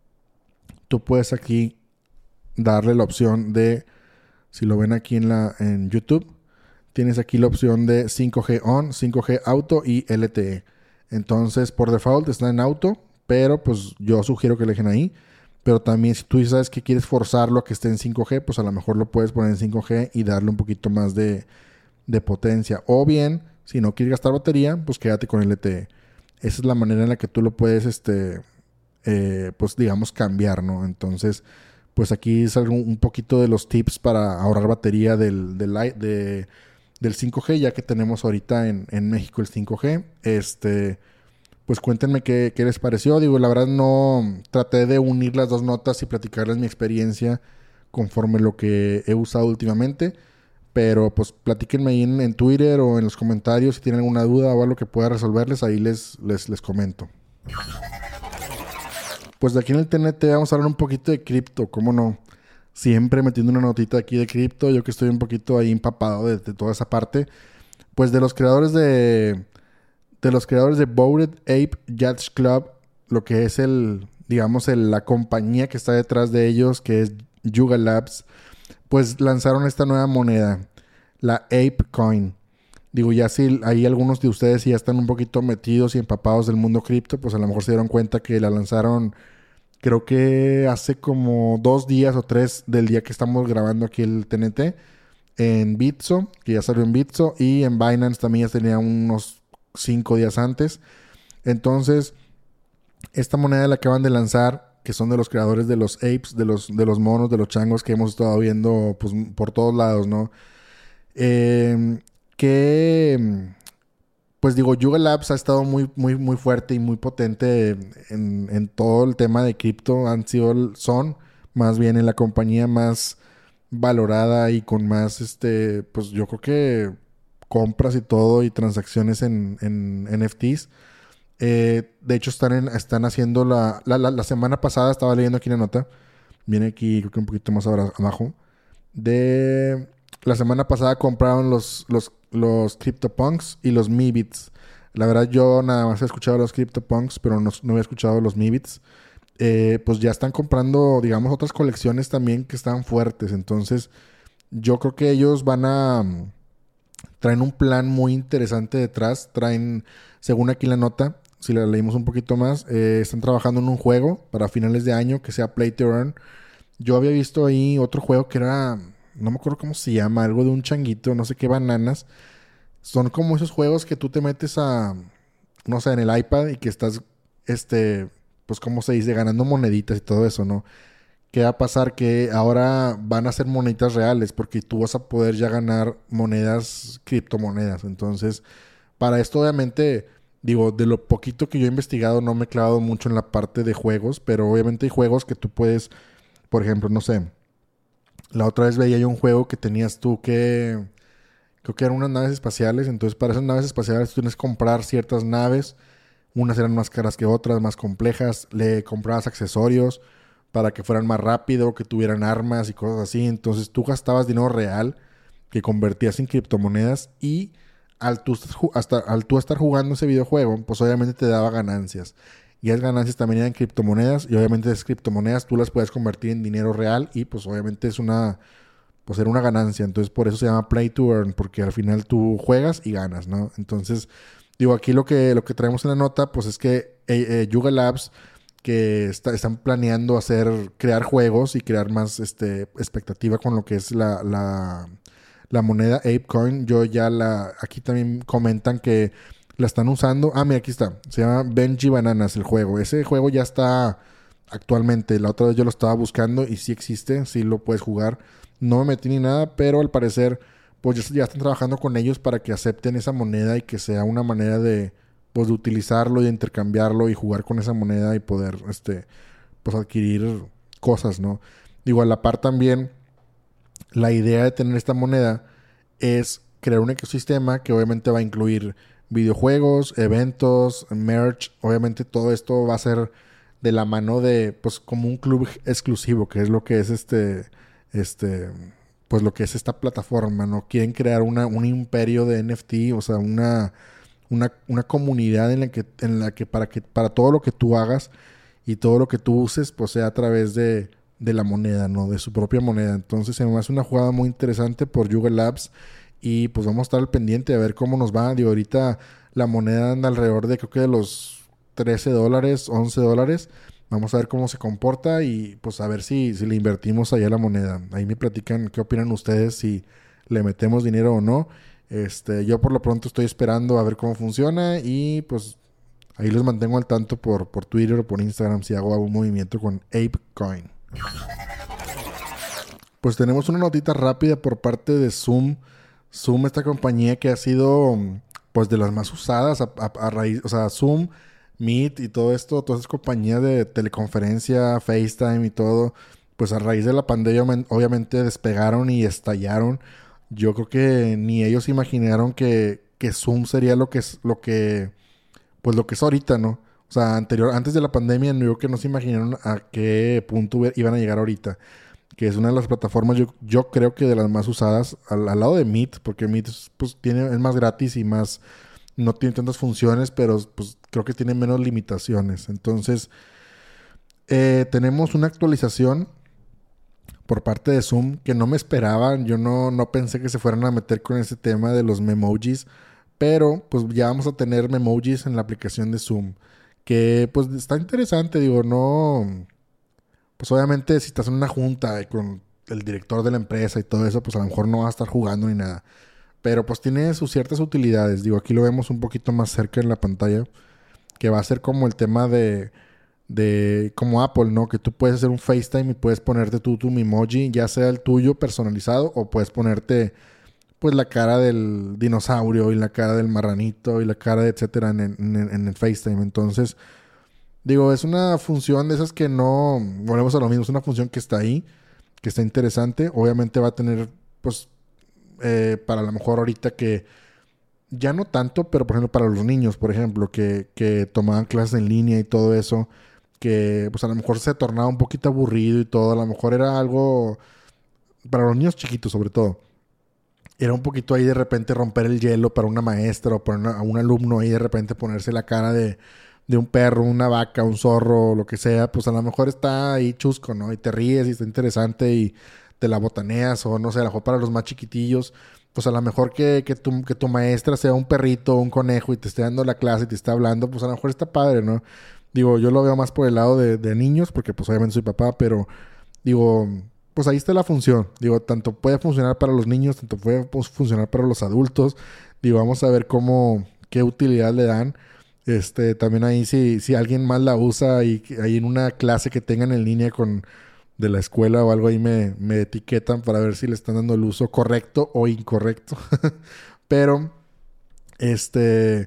tú puedes aquí darle la opción de, si lo ven aquí en, la, en YouTube, tienes aquí la opción de cinco G on, cinco G auto y L T E. Entonces, por default está en auto, pero pues yo sugiero que lo dejen ahí. Pero también si tú sabes que quieres forzarlo a que esté en cinco G, pues a lo mejor lo puedes poner en cinco G y darle un poquito más de, de potencia. O bien, si no quieres gastar batería, pues quédate con L T E. Esa es la manera en la que tú lo puedes, este, eh, pues digamos, cambiar, ¿no? Entonces, pues aquí es algo, un poquito de los tips para ahorrar batería del, del, i- de, del cinco G, ya que tenemos ahorita en, en México el cinco G. Este, pues cuéntenme qué, qué les pareció. Digo, la verdad no traté de unir las dos notas y platicarles mi experiencia conforme lo que he usado últimamente. Pero pues platíquenme ahí en, en Twitter o en los comentarios si tienen alguna duda o algo que pueda resolverles. Ahí les, les, les comento. Pues de aquí en el T N T vamos a hablar un poquito de cripto, ¿cómo no? Siempre metiendo una notita aquí de cripto, yo que estoy un poquito ahí empapado de, de toda esa parte. Pues de los creadores de, de los creadores de Bored Ape Yacht Club, lo que es el, digamos, el, la compañía que está detrás de ellos, que es Yuga Labs, pues lanzaron esta nueva moneda, la Ape Coin. Digo, ya si hay algunos de ustedes ya están un poquito metidos y empapados del mundo cripto, pues a lo mejor se dieron cuenta que la lanzaron, creo que hace como dos días o tres del día que estamos grabando aquí el T N T, en Bitso, que ya salió en Bitso, y en Binance también ya tenía unos cinco días antes. Entonces, esta moneda la acaban de lanzar, que son de los creadores de los apes, de los, de los monos, de los changos que hemos estado viendo pues, por todos lados, ¿no? Eh, que, pues digo, Yuga Labs ha estado muy, muy, muy fuerte y muy potente en, en todo el tema de cripto. Han sido, son más bien en la compañía más valorada y con más, este, pues yo creo que compras y todo y transacciones en, en N F Ts. Eh, de hecho, están, en, están haciendo la, la, la, la semana pasada, estaba leyendo aquí la nota, viene aquí creo que un poquito más abra- abajo, de la semana pasada compraron los, los, los CryptoPunks y los Meebits. La verdad yo nada más he escuchado los CryptoPunks, pero no, no había escuchado los Meebits. Eh, pues ya están comprando, digamos, otras colecciones también que están fuertes. Entonces, yo creo que ellos van a... mm, traen un plan muy interesante detrás. Traen, según aquí la nota, si la leímos un poquito más, eh, están trabajando en un juego para finales de año que sea Play to Earn. Yo había visto ahí otro juego que era, no me acuerdo cómo se llama, algo de un changuito, no sé qué bananas. Son como esos juegos que tú te metes a, no sé, en el iPad y que estás, este, pues como se dice, ganando moneditas y todo eso, ¿no? ¿Qué va a pasar? Que ahora van a ser moneditas reales porque tú vas a poder ya ganar monedas, criptomonedas. Entonces, para esto obviamente Digo, de lo poquito que yo he investigado, no me he clavado mucho en la parte de juegos, pero obviamente hay juegos que tú puedes, por ejemplo, no sé, la otra vez veía yo un juego que tenías tú que, creo que eran unas naves espaciales, entonces para esas naves espaciales tú tienes que comprar ciertas naves, unas eran más caras que otras, más complejas, le comprabas accesorios para que fueran más rápido, que tuvieran armas y cosas así, entonces tú gastabas dinero real que convertías en criptomonedas y al tú, hasta, al tú estar jugando ese videojuego, pues obviamente te daba ganancias. Y esas ganancias también eran criptomonedas y obviamente esas criptomonedas tú las puedes convertir en dinero real y pues obviamente es una, pues era una ganancia. Entonces por eso se llama Play to Earn, porque al final tú juegas y ganas, ¿no? Entonces, digo, aquí lo que, lo que traemos en la nota, pues es que eh, eh, Yuga Labs, que está, están planeando hacer, crear juegos y crear más este, expectativa con lo que es la, la, la moneda ApeCoin. Yo ya la, aquí también comentan que la están usando. Ah, mira, aquí está. Se llama Benji Bananas el juego. Ese juego ya está actualmente. La otra vez yo lo estaba buscando y sí existe, sí lo puedes jugar. No me metí ni nada, pero al parecer pues ya, ya están trabajando con ellos para que acepten esa moneda y que sea una manera de pues de utilizarlo y de intercambiarlo y jugar con esa moneda y poder este pues adquirir cosas, ¿no? Digo, a la par también la idea de tener esta moneda es crear un ecosistema que obviamente va a incluir videojuegos, eventos, merch. Obviamente todo esto va a ser de la mano de, pues, como un club exclusivo, que es lo que es este, este, pues lo que es esta plataforma, ¿no? Quieren crear una, un imperio de N F T, o sea, una, una, una comunidad en la que, en la que para que, para todo lo que tú hagas y todo lo que tú uses, pues sea a través de, de la moneda, ¿no? De su propia moneda. Entonces se me hace una jugada muy interesante por Yuga Labs y pues vamos a estar al pendiente a ver cómo nos va. Digo, ahorita la moneda anda alrededor de creo que de los trece dólares, once dólares. Vamos a ver cómo se comporta y pues a ver si, si le invertimos allá la moneda. Ahí me platican qué opinan ustedes, si le metemos dinero o no. Este, yo por lo pronto estoy esperando a ver cómo funciona y pues ahí los mantengo al tanto por, por Twitter o por Instagram si hago algún movimiento con ApeCoin. Pues tenemos una notita rápida por parte de Zoom. Zoom, esta compañía que ha sido pues de las más usadas a, a, a raíz, o sea, Zoom, Meet y todo esto, todas esas compañías de teleconferencia, FaceTime y todo, pues a raíz de la pandemia obviamente despegaron y estallaron. Yo creo que ni ellos imaginaron que, que Zoom sería lo que es, lo que, pues lo que es ahorita, ¿no? O sea, anterior, antes de la pandemia, yo creo que no se imaginaron a qué punto iban a llegar ahorita. Que es una de las plataformas, yo, yo creo que de las más usadas, al, al lado de Meet, porque Meet pues, tiene, es más gratis y más, no tiene tantas funciones, pero pues creo que tiene menos limitaciones. Entonces, eh, tenemos una actualización por parte de Zoom que no me esperaban. Yo no, no pensé que se fueran a meter con ese tema de los memojis, pero pues ya vamos a tener memojis en la aplicación de Zoom, que pues está interesante, digo, no... Pues obviamente si estás en una junta con el director de la empresa y todo eso, pues a lo mejor no vas a estar jugando ni nada. Pero pues tiene sus ciertas utilidades. Digo, aquí lo vemos un poquito más cerca en la pantalla, que va a ser como el tema de, de como Apple, ¿no? Que tú puedes hacer un FaceTime y puedes ponerte tú tu Memoji, ya sea el tuyo personalizado o puedes ponerte pues la cara del dinosaurio y la cara del marranito y la cara de etcétera en, en, en el FaceTime. Entonces... Digo, es una función de esas que no... Volvemos a lo mismo. Es una función que está ahí, que está interesante. Obviamente va a tener, pues, eh, para lo mejor ahorita que... Ya no tanto, pero por ejemplo para los niños, por ejemplo, que, que tomaban clases en línea y todo eso, que pues a lo mejor se tornaba un poquito aburrido y todo. A lo mejor era algo... Para los niños chiquitos sobre todo. Era un poquito ahí de repente romper el hielo para una maestra o para una, a un alumno ahí de repente ponerse la cara de... de un perro, una vaca, un zorro, lo que sea, pues a lo mejor está ahí chusco, ¿no? Y te ríes y está interesante y te la botaneas o no sé, a lo mejor para los más chiquitillos, pues a lo mejor que, que, tu, que tu maestra sea un perrito o un conejo y te esté dando la clase y te esté hablando, pues a lo mejor está padre, ¿no? Digo, yo lo veo más por el lado de, de niños, porque pues obviamente soy papá, pero digo, pues ahí está la función. Digo, tanto puede funcionar para los niños, tanto puede pues, funcionar para los adultos. Digo, vamos a ver cómo, qué utilidad le dan. Este, también ahí si, si alguien más la usa y ahí en una clase que tengan en línea con de la escuela o algo ahí me, me etiquetan para ver si le están dando el uso correcto o incorrecto. Pero, este,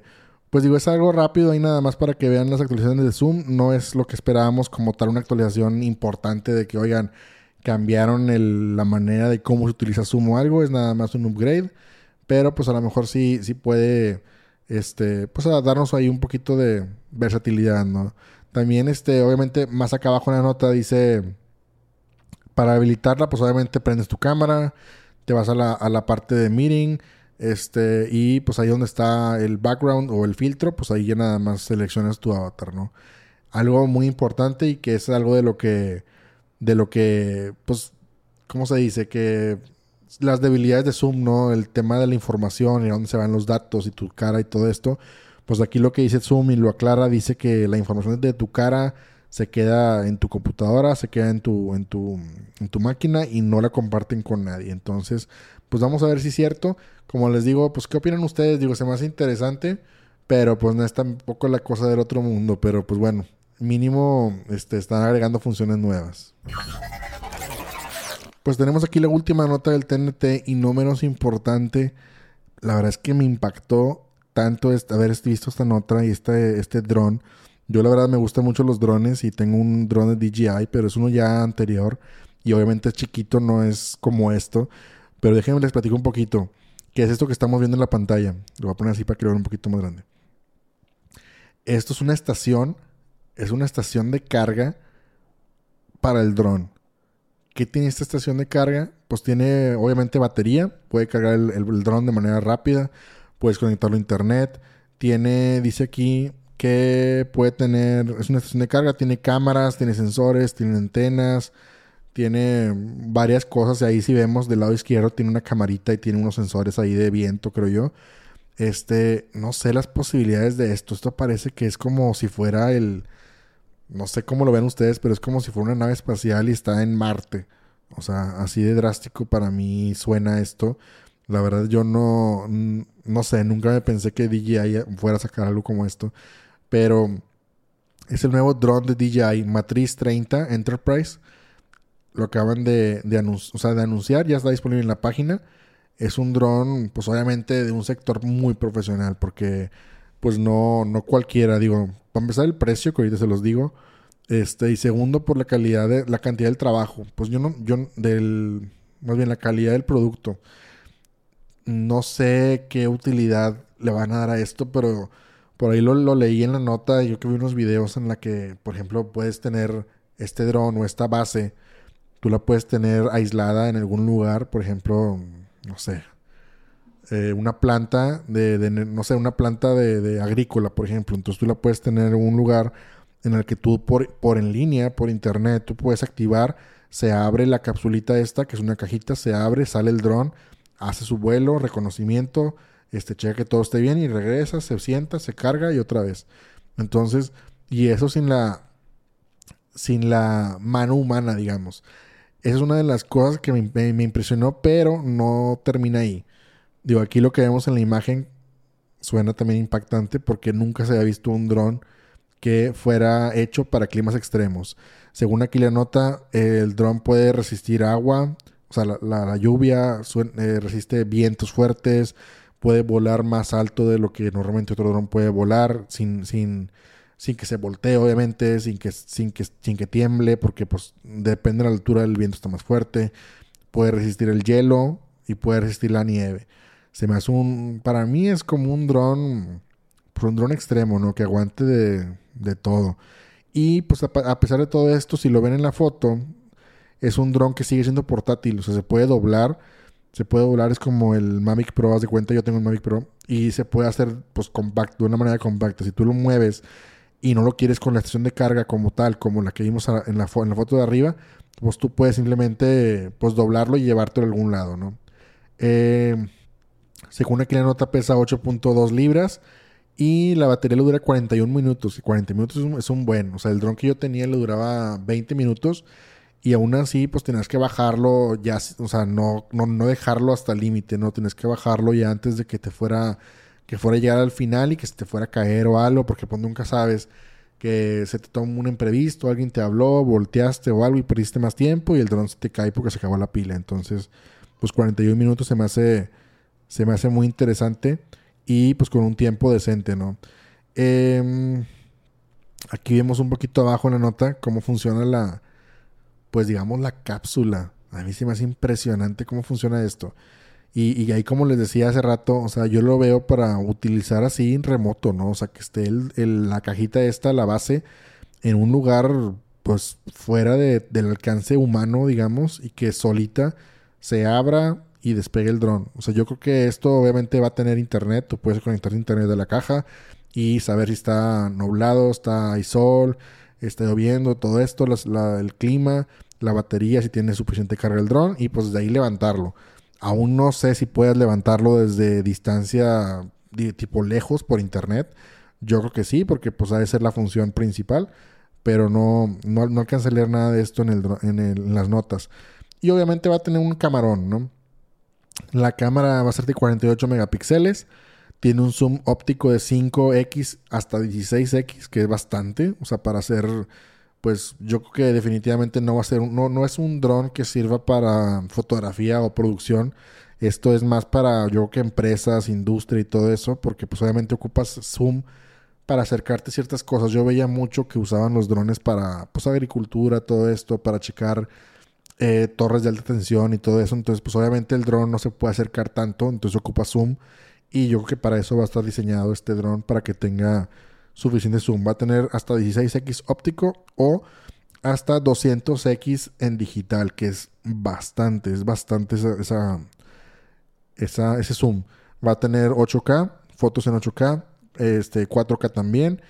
Pues digo, es algo rápido ahí nada más para que vean las actualizaciones de Zoom. No es lo que esperábamos como tal una actualización importante de que, oigan, cambiaron el- la manera de cómo se utiliza Zoom o algo. Es nada más un upgrade. Pero pues a lo mejor sí, sí puede, este, pues a darnos ahí un poquito de versatilidad, ¿no? También, este, obviamente, más acá abajo en la nota dice, para habilitarla, pues obviamente prendes tu cámara, te vas a la, a la parte de meeting, este, y pues ahí donde está el background o el filtro, pues ahí ya nada más seleccionas tu avatar, ¿no? Algo muy importante y que es algo de lo que, de lo que, pues, ¿cómo se dice? Que las debilidades de Zoom, ¿no? El tema de la información y a dónde se van los datos y tu cara y todo esto, pues aquí lo que dice Zoom y lo aclara, dice que la información de tu cara se queda en tu computadora, se queda en tu, en tu, en tu máquina y no la comparten con nadie. Entonces, pues vamos a ver si es cierto. Como les digo, pues, ¿qué opinan ustedes? Digo, se me hace interesante, pero pues no es tampoco la cosa del otro mundo. Pero pues bueno, mínimo este, están agregando funciones nuevas. Pues tenemos aquí la última nota del T N T y no menos importante. La verdad es que me impactó tanto este, haber visto esta nota y este, este dron. Yo la verdad me gustan mucho los drones y tengo un drone de D J I, pero es uno ya anterior y obviamente es chiquito, no es como esto. Pero déjenme les platico un poquito. ¿Qué es esto que estamos viendo en la pantalla? Lo voy a poner así para que lo vean un poquito más grande. Esto es una estación, es una estación de carga para el dron. ¿Qué tiene esta estación de carga? Pues tiene obviamente batería, puede cargar el, el, el dron de manera rápida, puedes conectarlo a internet, tiene, dice aquí que puede tener, es una estación de carga, tiene cámaras, tiene sensores, tiene antenas, tiene varias cosas. Y ahí si vemos del lado izquierdo tiene una camarita y tiene unos sensores ahí de viento, creo yo. Este, no sé las posibilidades de esto. Esto parece que es como si fuera el, no sé cómo lo ven ustedes, pero es como si fuera una nave espacial y está en Marte. O sea, así de drástico para mí suena esto. La verdad yo no, n- no sé, nunca me pensé que D J I fuera a sacar algo como esto. Pero es el nuevo drone de D J I, Matriz treinta Enterprise. Lo acaban de, de, anun- o sea, de anunciar, ya está disponible en la página. Es un dron, pues obviamente de un sector muy profesional, porque pues no, no cualquiera, digo, para empezar el precio, que ahorita se los digo, este, y segundo por la calidad de, la cantidad del trabajo, pues yo no, yo del, más bien la calidad del producto. No sé qué utilidad le van a dar a esto, pero por ahí lo, lo leí en la nota, yo que vi unos videos en la que, por ejemplo, puedes tener este dron o esta base, tú la puedes tener aislada en algún lugar, por ejemplo, no sé, eh, una planta de, de, no sé, una planta de, de agrícola, por ejemplo. Entonces tú la puedes tener en un lugar en el que tú por, por en línea, por internet, tú puedes activar, se abre la capsulita esta, que es una cajita, se abre, sale el dron, hace su vuelo, reconocimiento, este, checa que todo esté bien y regresa, se sienta, se carga y otra vez. Entonces, y eso sin la, sin la mano humana, digamos. Esa es una de las cosas que me, me- me impresionó, pero no termina ahí. Digo, aquí lo que vemos en la imagen suena también impactante porque nunca se había visto un dron que fuera hecho para climas extremos. Según aquí la nota, el dron puede resistir agua, o sea, la, la- la lluvia, suen- eh, resiste vientos fuertes, puede volar más alto de lo que normalmente otro dron puede volar, sin, sin, sin que se voltee, obviamente, sin que, sin que, sin que tiemble, porque pues depende de la altura del viento está más fuerte. Puede resistir el hielo y puede resistir la nieve. Se me hace un, para mí es como un dron, pues un dron extremo, ¿no? Que aguante de, de todo. Y pues a, a pesar de todo esto, si lo ven en la foto, es un dron que sigue siendo portátil, o sea, se puede doblar, se puede doblar, es como el Mavic Pro, haz de cuenta, yo tengo el Mavic Pro, y se puede hacer pues compacto, de una manera compacta. Si tú lo mueves y no lo quieres con la estación de carga como tal, como la que vimos a- en la, fo- en la foto de arriba, pues tú puedes simplemente pues doblarlo y llevártelo a algún lado, ¿no? Eh, Según aquí la nota pesa ocho punto dos libras y la batería le dura cuarenta y un minutos. Y cuarenta minutos es un, es un buen. O sea, el dron que yo tenía le duraba veinte minutos y aún así pues tenías que bajarlo ya, o sea, no, no, no dejarlo hasta el límite, ¿no? Tienes que bajarlo ya antes de que te fuera, que fuera a llegar al final y que se te fuera a caer o algo, porque pues nunca sabes que se te toma un imprevisto, alguien te habló, volteaste o algo y perdiste más tiempo y el dron se te cae porque se acabó la pila. Entonces, pues cuarenta y un minutos se me hace, se me hace muy interesante. y pues con un tiempo decente, ¿no? Eh, aquí vemos un poquito abajo en la nota cómo funciona la, pues digamos la cápsula. A mí sí me hace impresionante cómo funciona esto. Y, y ahí como les decía hace rato, o sea, yo lo veo para utilizar así en remoto, ¿no? O sea, que esté el, el- la cajita esta, la base, en un lugar pues fuera de- del alcance humano, digamos, y que solita se abra y despegue el dron. O sea, yo creo que esto obviamente va a tener internet, tú puedes conectar internet de la caja y saber si está nublado, está hay sol, está lloviendo, todo esto, las- la- el clima, la batería, si tiene suficiente carga el dron y pues de ahí levantarlo. Aún no sé si puedes levantarlo desde distancia di- tipo lejos por internet. Yo creo que sí, porque pues ha de ser la función principal, pero no, no, no alcancé a leer nada de esto en, el, dro- en, el- en las notas. Y obviamente va a tener un camarón, ¿no? La cámara va a ser de cuarenta y ocho megapíxeles. Tiene un zoom óptico de cinco equis hasta dieciséis equis, que es bastante. O sea, para hacer, pues yo creo que definitivamente no va a ser, un- no, no es un dron que sirva para fotografía o producción. Esto es más para, yo creo que empresas, industria y todo eso, porque pues obviamente ocupas zoom para acercarte a ciertas cosas. Yo veía mucho que usaban los drones para, pues, agricultura, todo esto, para checar eh, torres de alta tensión y todo eso. Entonces, pues, obviamente el dron no se puede acercar tanto, entonces ocupa zoom. Y yo creo que para eso va a estar diseñado este dron, para que tenga suficiente zoom. Va a tener hasta dieciséis equis óptico o hasta doscientos equis en digital, que es bastante, es bastante esa, esa, esa- ese zoom. Va a tener ocho K, fotos en ocho K, este, cuatro K también.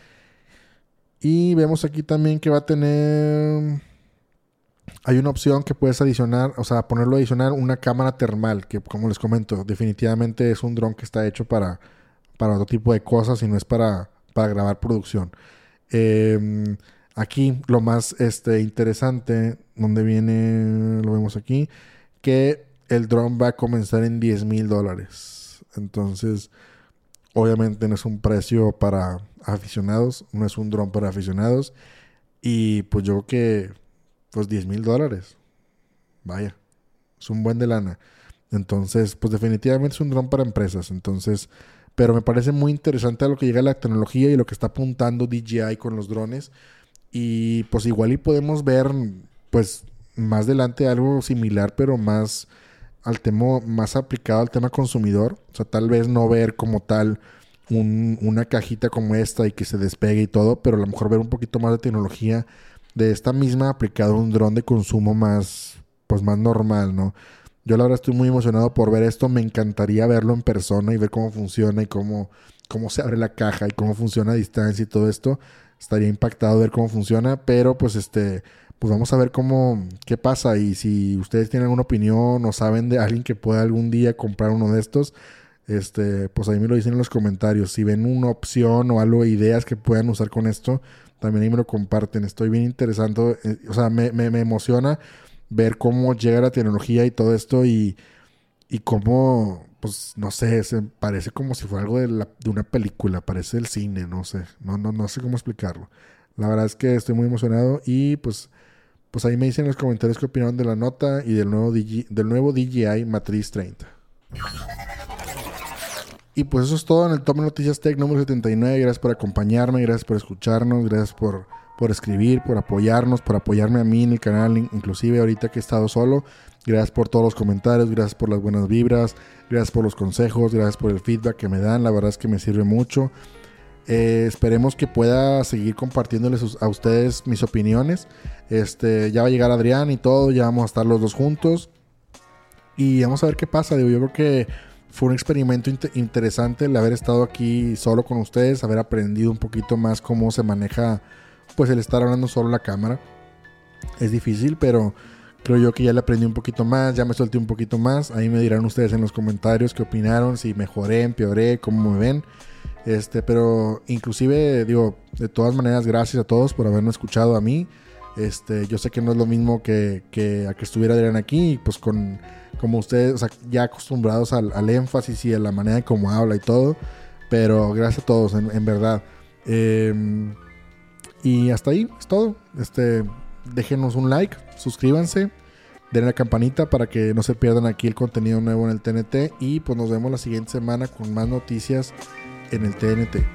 Y vemos aquí también que va a tener... Hay una opción que puedes adicionar, o sea, ponerlo a adicionar una cámara termal, que como les comento, definitivamente es un dron que está hecho para, para otro tipo de cosas y no es para, para grabar producción. Eh, aquí lo más este, interesante, donde viene, lo vemos aquí, que el dron va a comenzar en diez mil dólares. Entonces, obviamente no es un precio para aficionados, no es un dron para aficionados. Y pues yo creo que, pues diez mil dólares, vaya, es un buen de lana. Entonces, pues definitivamente es un dron para empresas. Entonces, pero me parece muy interesante a lo que llega la tecnología y lo que está apuntando D J I con los drones. Y pues igual y podemos ver, pues más adelante algo similar, pero más al tema, más aplicado al tema consumidor. O sea, tal vez no ver como tal un- una cajita como esta y que se despegue y todo, pero a lo mejor ver un poquito más de tecnología de esta misma aplicado a un dron de consumo más, pues más normal, ¿no? Yo la verdad estoy muy emocionado por ver esto. Me encantaría verlo en persona y ver cómo funciona y cómo, cómo se abre la caja y cómo funciona a distancia y todo esto. Estaría impactado ver cómo funciona, pero pues este, pues vamos a ver cómo, qué pasa. Y si ustedes tienen alguna opinión o saben de alguien que pueda algún día comprar uno de estos, este, pues ahí me lo dicen en los comentarios. Si ven una opción o algo, ideas que puedan usar con esto, también ahí me lo comparten. Estoy bien interesado, eh, o sea, me, me, me emociona ver cómo llega la tecnología y todo esto y, y cómo, pues, no sé, se parece como si fuera algo de, la- de una película, parece el cine, no sé, no, no, no sé cómo explicarlo. La verdad es que estoy muy emocionado y pues, pues ahí me dicen en los comentarios qué opinaron de la nota y del nuevo D J, del nuevo D J I Matriz treinta. Y pues eso es todo en el Top Noticias Tech número setenta y nueve. Gracias por acompañarme, gracias por escucharnos, gracias por, por escribir, por apoyarnos, por apoyarme a mí en el canal, inclusive ahorita que he estado solo. Gracias por todos los comentarios, gracias por las buenas vibras, gracias por los consejos, gracias por el feedback que me dan. La verdad es que me sirve mucho. Eh, esperemos que pueda seguir compartiéndoles a ustedes mis opiniones. Este, ya va a llegar Adrián y todo, ya vamos a estar los dos juntos. Y vamos a ver qué pasa. Digo, yo creo que fue un experimento int- interesante el haber estado aquí solo con ustedes, haber aprendido un poquito más cómo se maneja, pues el estar hablando solo a la cámara. Es difícil, pero creo yo que ya le aprendí un poquito más, ya me solté un poquito más. Ahí me dirán ustedes en los comentarios qué opinaron, si mejoré, empeoré, cómo me ven. Este, pero inclusive, digo, de todas maneras, gracias a todos por haberme escuchado a mí. Este, yo sé que no es lo mismo que, que a que estuviera Adrián aquí, pues con, como ustedes, o sea, ya acostumbrados al, al énfasis y a la manera en cómo habla y todo. Pero gracias a todos, en, en verdad. Eh, y hasta ahí es todo. Este, déjenos un like, suscríbanse den la campanita para que no se pierdan aquí el contenido nuevo en el T N T. Y pues nos vemos la siguiente semana con más noticias en el T N T.